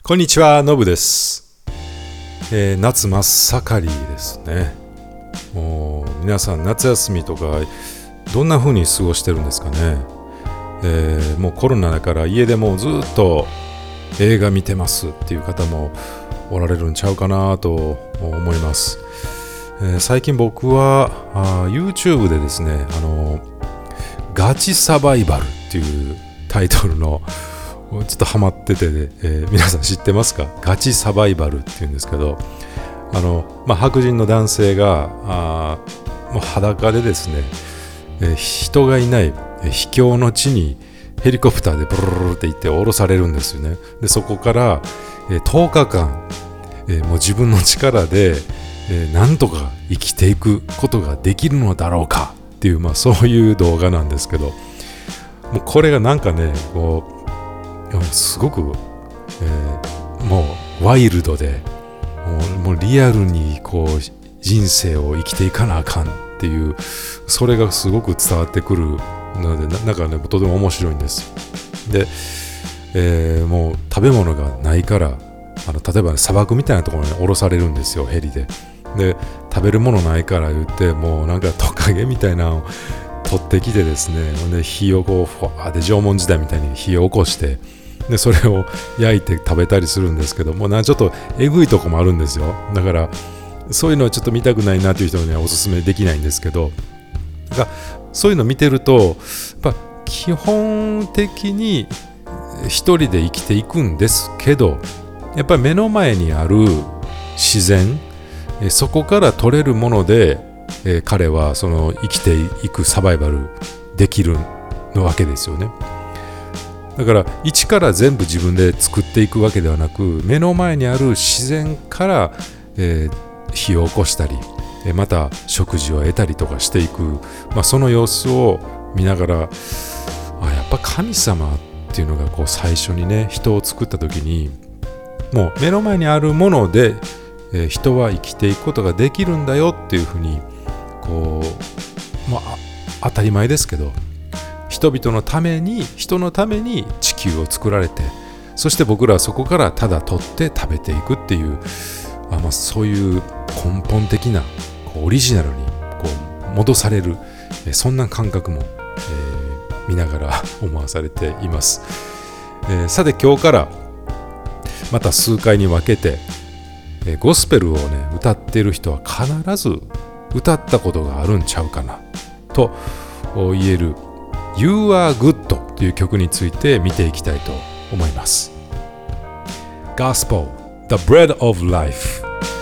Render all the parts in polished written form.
こんにちは、のぶです。夏真っ盛りですね。もう皆さん夏休みとかどんな風に過ごしてるんですかね。もうコロナだから家でもうずっと映画見てますっていう方もおられるんちゃうかなと思います。最近僕はYouTube でですね、ガチサバイバルっていうタイトルのちょっとハマってて、皆さん知ってますか？ガチサバイバルっていうんですけど、白人の男性がもう裸でですね、人がいない秘境の地にヘリコプターでブルルルって行って降ろされるんですよね。でそこから10日間、もう自分の力でなんとか生きていくことができるのだろうかっていう、そういう動画なんですけど、もうこれがなんかね、すごく、もうワイルドでもうリアルにこう人生を生きていかなあかんっていう、それがすごく伝わってくるので、なんかね、とても面白いんです。で、もう食べ物がないから例えば、砂漠みたいなところに降ろされるんですよ、ヘリで。で食べるものないから言って、もうなんかトカゲみたいなのを取ってきてですね、で火をこうファーで縄文時代みたいに火を起こして、でそれを焼いて食べたりするんですけども、ちょっとえぐいとこもあるんですよ。だからそういうのはちょっと見たくないなという人にはおすすめできないんですけど、そういうの見てるとやっぱ基本的に一人で生きていくんですけど、やっぱり目の前にある自然、そこから取れるもので、彼はその生きていくサバイバルできるのわけですよね。だから一から全部自分で作っていくわけではなく、目の前にある自然から、火を起こしたり、また食事を得たりとかしていく、その様子を見ながら、やっぱ神様っていうのがこう最初にね、人を作った時にもう目の前にあるもので、人は生きていくことができるんだよっていうふうにこう、当たり前ですけど、人のために地球を作られて、そして僕らはそこからただ取って食べていくっていう、そういう根本的なオリジナルにこう戻される、そんな感覚も、見ながら思わされています。さて今日からまた数回に分けて、ゴスペルをね歌っている人は必ず歌ったことがあるんちゃうかなと言える You Are Good という曲について見ていきたいと思います。 Gospel The Bread of Life。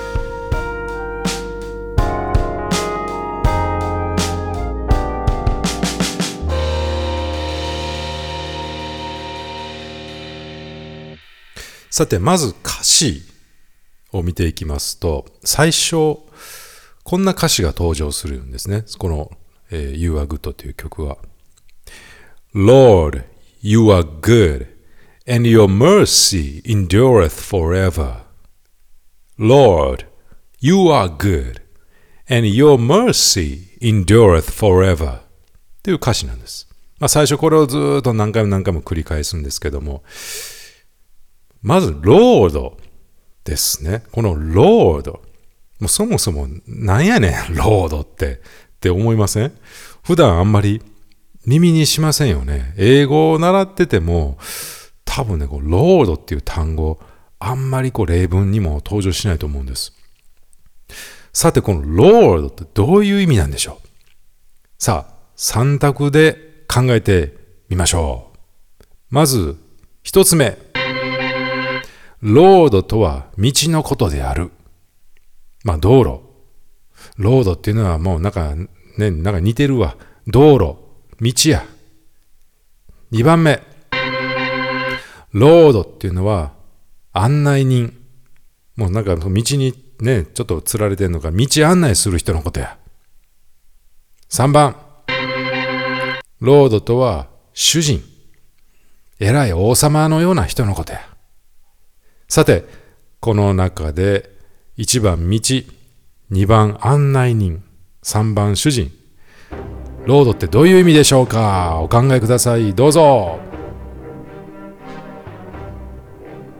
さてまず歌詞を見ていきますと、最初こんな歌詞が登場するんですね。この、You Are Good という曲は Lord, you are good, and your mercy endureth forever. Lord, you are good, and your mercy endureth forever という歌詞なんです。最初これをずっと何回も繰り返すんですけども、まず Lord ですね。この Lord、 もうそもそもなんやねん Lord って思いません？普段あんまり耳にしませんよね。英語を習ってても多分ね、こう Lord っていう単語あんまりこう例文にも登場しないと思うんです。さてこの Lord ってどういう意味なんでしょう？さあ3択で考えてみましょう。まず一つ目、ロードとは道のことである。道路。ロードっていうのはもうなんか似てるわ。道路、道や。2番目、ロードっていうのは案内人。もうなんか道にね、ちょっと釣られてるのか、道案内する人のことや。3番、ロードとは主人。偉い王様のような人のことや。さて、この中で1番道、2番案内人、3番主人。ロードってどういう意味でしょうか？お考えください。どうぞ。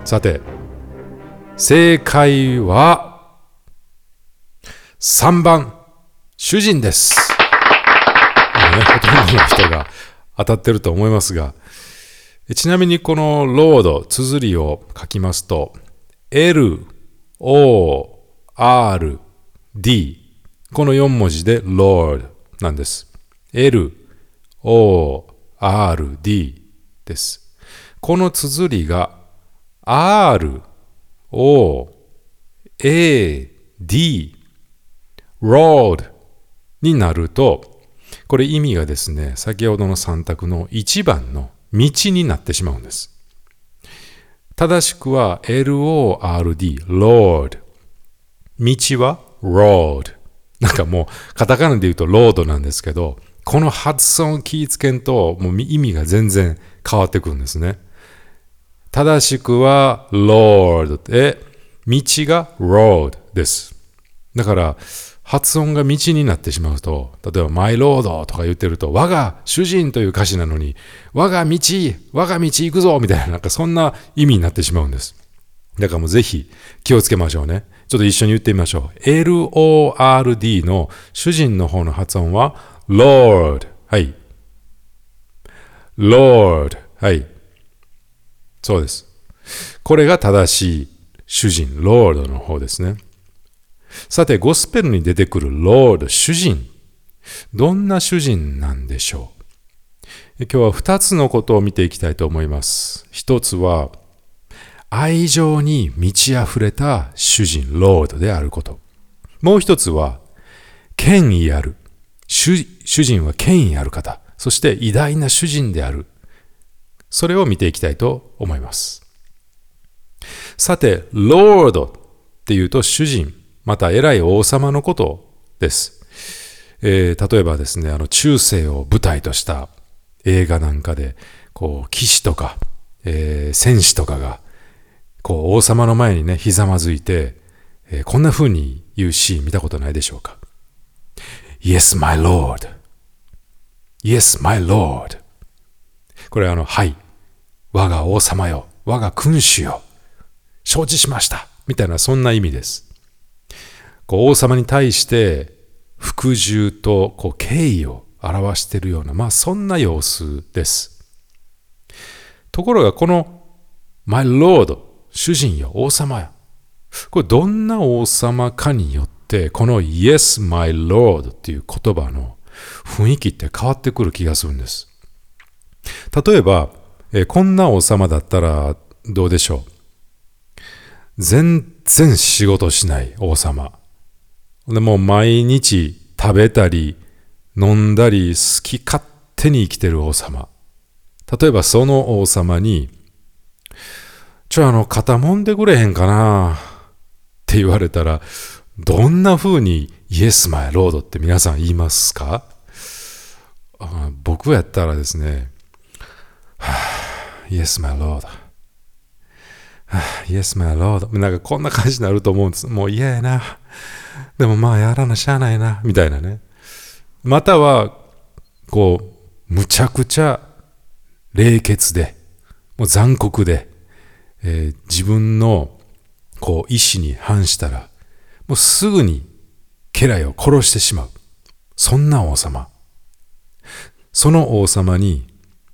さて、正解は3番、主人です。ほとんどの人が当たってると思いますが、ちなみにこのロード、綴りを書きますと、L-O-R-D、この4文字で Lord なんです。L-O-R-D です。この綴りが R-O-A-D Road になると、これ意味がですね、先ほどの3択の1番の道になってしまうんです。正しくは L-O-R-D Lord、 道は Road、 なんかもうカタカナで言うとロードなんですけど、この発音を気ぃつけんともう意味が全然変わってくるんですね。正しくは Lord で、道が Road です。だから発音が道になってしまうと、例えば My Lord とか言ってると、我が主人という歌詞なのに、我が道行くぞみたいな、なんかそんな意味になってしまうんです。だからもうぜひ気をつけましょうね。ちょっと一緒に言ってみましょう。L-O-R-D の主人の方の発音は Lord。はい。Lord。はい。そうです。これが正しい主人、Lord の方ですね。さて、ゴスペルに出てくる Lord、主人。どんな主人なんでしょう。今日は2つのことを見ていきたいと思います。一つは、愛情に満ち溢れた主人、Lord であること。もう一つは、権威ある。主人は権威ある方。そして偉大な主人である。それを見ていきたいと思います。さて、Lord っていうと主人、また偉い王様のことです。例えばですね、中世を舞台とした映画なんかで、騎士とか、戦士とかが、王様の前にね、ひざまずいて、こんな風に言うシーン見たことないでしょうか。Yes, my lord. Yes, my lord. これはい。我が王様よ。我が君主よ。承知しました。みたいな、そんな意味です。王様に対して服従と敬意を表しているような、そんな様子です。ところがこの My Lord、 主人よ、王様よ、これどんな王様かによってこの Yes, my Lord っていう言葉の雰囲気って変わってくる気がするんです。例えば、こんな王様だったらどうでしょう。全然仕事しない王様でも毎日食べたり飲んだり好き勝手に生きてる王様。例えばその王様に、肩揉んでくれへんかなって言われたら、どんな風に Yes, my lord って皆さん言いますか？僕やったらですね、Yes, my lord。Yes, my lord。なんかこんな感じになると思うんです。もう嫌やな。でもやらなしゃあないな。みたいなね。または、むちゃくちゃ冷血で、もう残酷で、自分の意志に反したら、もうすぐに家来を殺してしまう。そんな王様。その王様に、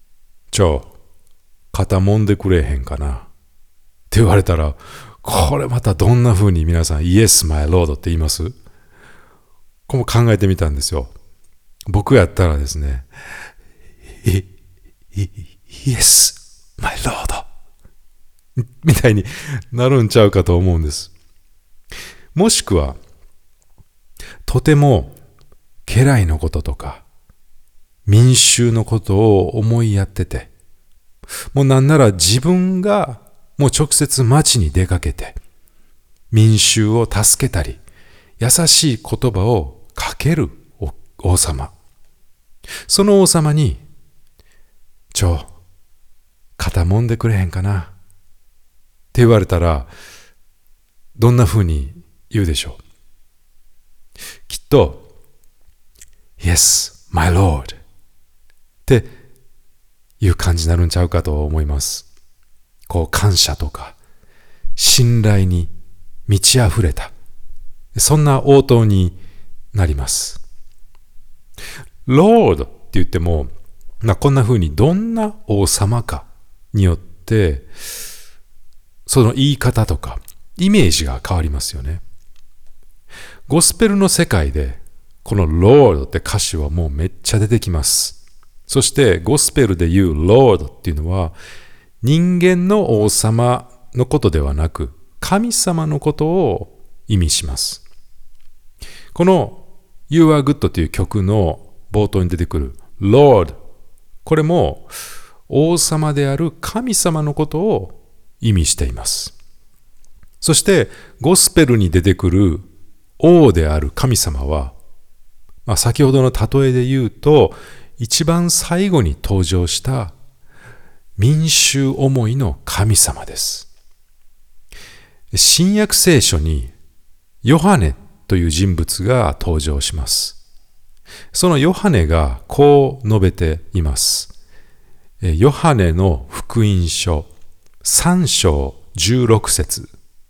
肩揉んでくれへんかなって言われたら、これまたどんな風に皆さん Yes, my lord って言います？これも考えてみたんですよ。僕やったらですね、Yes, my lord みたいになるんちゃうかと思うんです。もしくは、とても家来のこととか民衆のことを思いやってて、もうなんなら自分がもう直接町に出かけて民衆を助けたり優しい言葉をかける王様。その王様に肩揉んでくれへんかなって言われたら、どんな風に言うでしょう。きっと Yes, my lord っていう感じになるんちゃうかと思います。感謝とか信頼に満ち溢れた、そんな応答になります。Lord って言っても、こんな風にどんな王様かによって、その言い方とかイメージが変わりますよね。ゴスペルの世界でこの Lord って歌詞はもうめっちゃ出てきます。そしてゴスペルで言う Lord っていうのは人間の王様のことではなく神様のことを意味します。この You Are Good という曲の冒頭に出てくる Lord、 これも王様である神様のことを意味しています。そしてゴスペルに出てくる王である神様は、先ほどの例えで言うと一番最後に登場した民衆思いの神様です。新約聖書にヨハネという人物が登場します。そのヨハネがこう述べています。ヨハネの福音書3章16節。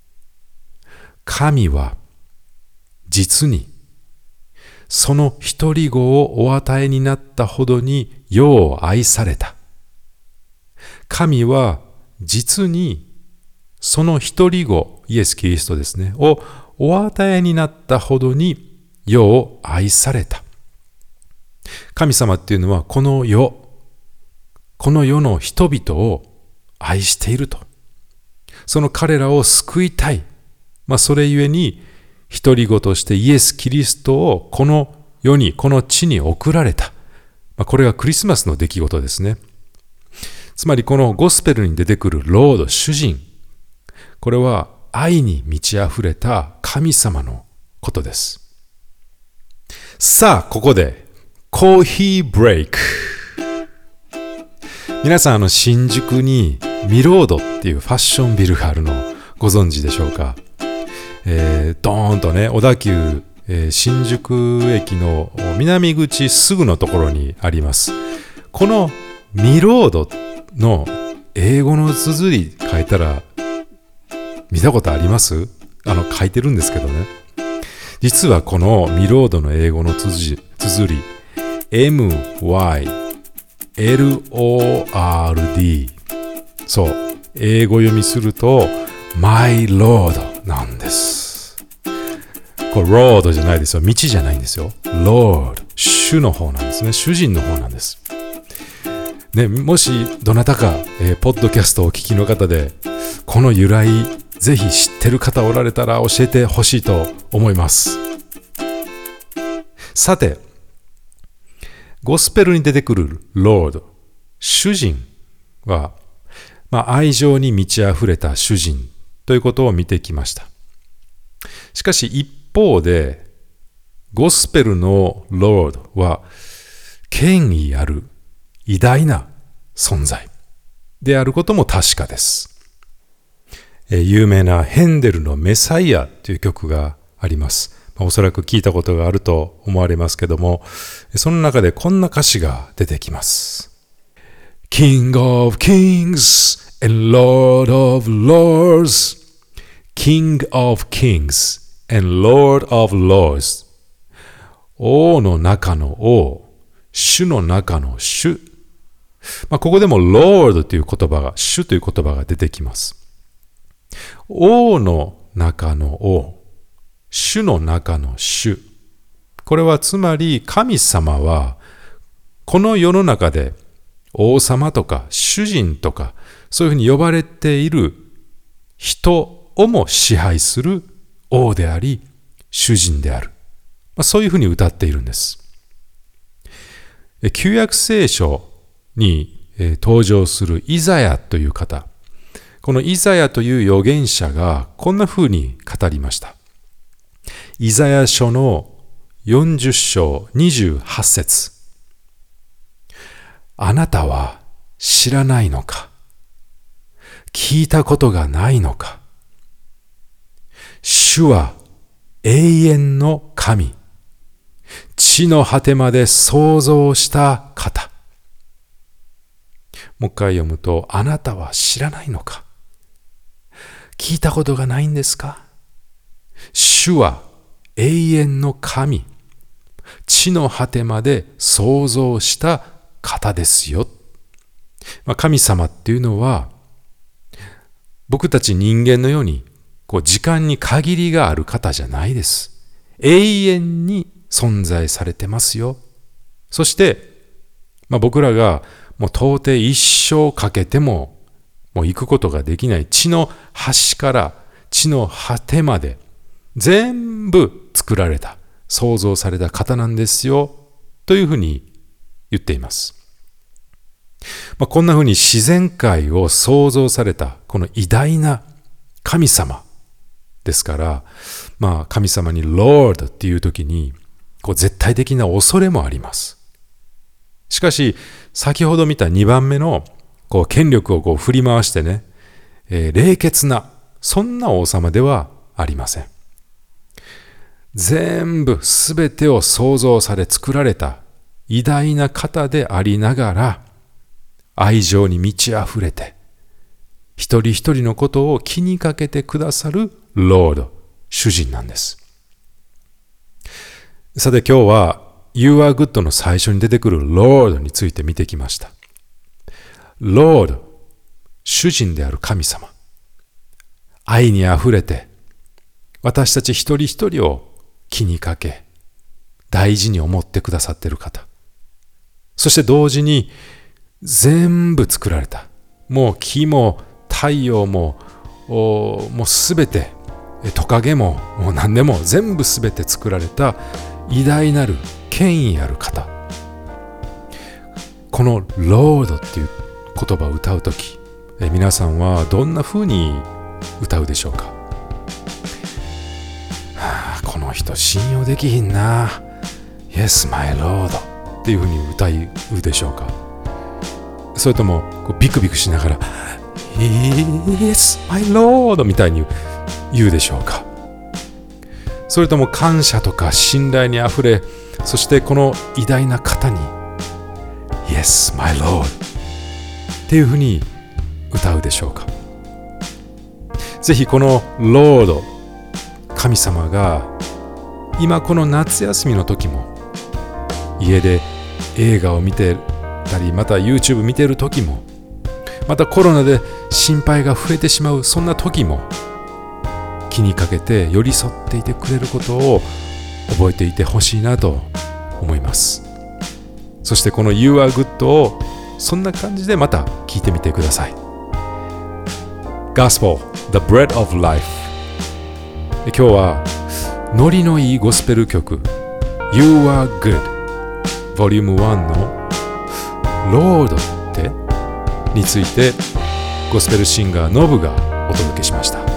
神は実にその一人子をお与えになったほどに世を愛された。神は実にその一人子、イエス・キリストですね、をお与えになったほどに世を愛された。神様っていうのはこの世の人々を愛していると。その彼らを救いたい。それゆえに一人子としてイエス・キリストをこの世に、この地に送られた。これがクリスマスの出来事ですね。つまりこのゴスペルに出てくるロード、主人。これは愛に満ち溢れた神様のことです。さあ、ここでコーヒーブレイク。皆さん、新宿にミロードっていうファッションビルがあるのご存知でしょうか。ドーンとね、小田急、新宿駅の南口すぐのところにあります。このミロードの英語の綴り書いたら見たことあります？書いてるんですけどね。実はこのミロードの英語の綴り MYLORD、 そう、英語読みすると My Lord なんです。これ Road じゃないですよ。道じゃないんですよ。Lord、 主の方なんですね。主人の方なんです。ね、もしどなたか、ポッドキャストをお聞きの方でこの由来ぜひ知ってる方おられたら教えてほしいと思います。さて、ゴスペルに出てくる Lord、 主人は、愛情に満ち溢れた主人ということを見てきました。しかし一方でゴスペルの Lord は権威ある偉大な存在であることも確かです。有名なヘンデルのメサイアという曲があります。おそらく聞いたことがあると思われますけども、その中でこんな歌詞が出てきます。King of Kings and Lord of Lords, King of Kings and Lord of Lords、 王の中の王、主の中の主。ここでも Lord という言葉が、主という言葉が出てきます。王の中の王、主の中の主。これはつまり神様はこの世の中で王様とか主人とかそういうふうに呼ばれている人をも支配する王であり主人である。そういうふうに歌っているんです。旧約聖書に登場するイザヤという方、このイザヤという預言者がこんな風に語りました。イザヤ書の40章28節。あなたは知らないのか？聞いたことがないのか？主は永遠の神、地の果てまで創造した方。もう一回読むと、あなたは知らないのか？ 聞いたことがないんですか？主は永遠の神、地の果てまで創造した方ですよ。神様っていうのは、僕たち人間のように時間に限りがある方じゃないです。永遠に存在されてますよ。そして、僕らがもう到底一生かけても行くことができない地の端から地の果てまで全部作られた、創造された方なんですよというふうに言っています。こんなふうに自然界を創造されたこの偉大な神様ですから、神様に Lord っていう時に絶対的な恐れもあります。しかし先ほど見た2番目の権力を振り回してね、冷血なそんな王様ではありません。全部すべてを創造され作られた偉大な方でありながら、愛情に満ち溢れて一人一人のことを気にかけてくださるロード、主人なんです。さて今日は You are good の最初に出てくるロードについて見てきました。ロード、主人である神様、愛にあふれて私たち一人一人を気にかけ大事に思ってくださっている方、そして同時に全部作られた、もう木も太陽ももうすべてトカゲももう何でも全部すべて作られた偉大なる権威ある方、このロードっていう言葉を歌うとき、皆さんはどんな風に歌うでしょうか？この人信用できひんな、 Yes my Lord っていう風に歌うでしょうか？それともビクビクしながら Yes my Lord みたいに言うでしょうか？それとも感謝とか信頼にあふれ、そしてこの偉大な方に Yes my Lord っていうふうに歌うでしょうか？ぜひこのロード、神様が今この夏休みの時も家で映画を見てたり、また YouTube 見てる時も、またコロナで心配が増えてしまうそんな時も気にかけて寄り添っていてくれることを覚えていてほしいなと思います。そしてこの You are good をそんな感じでまた聞いてみてください。 Gospel, the bread of life。 今日はノリのいいゴスペル曲 You are good Vol. 1のロードってについてゴスペルシンガーノブがお届けしました。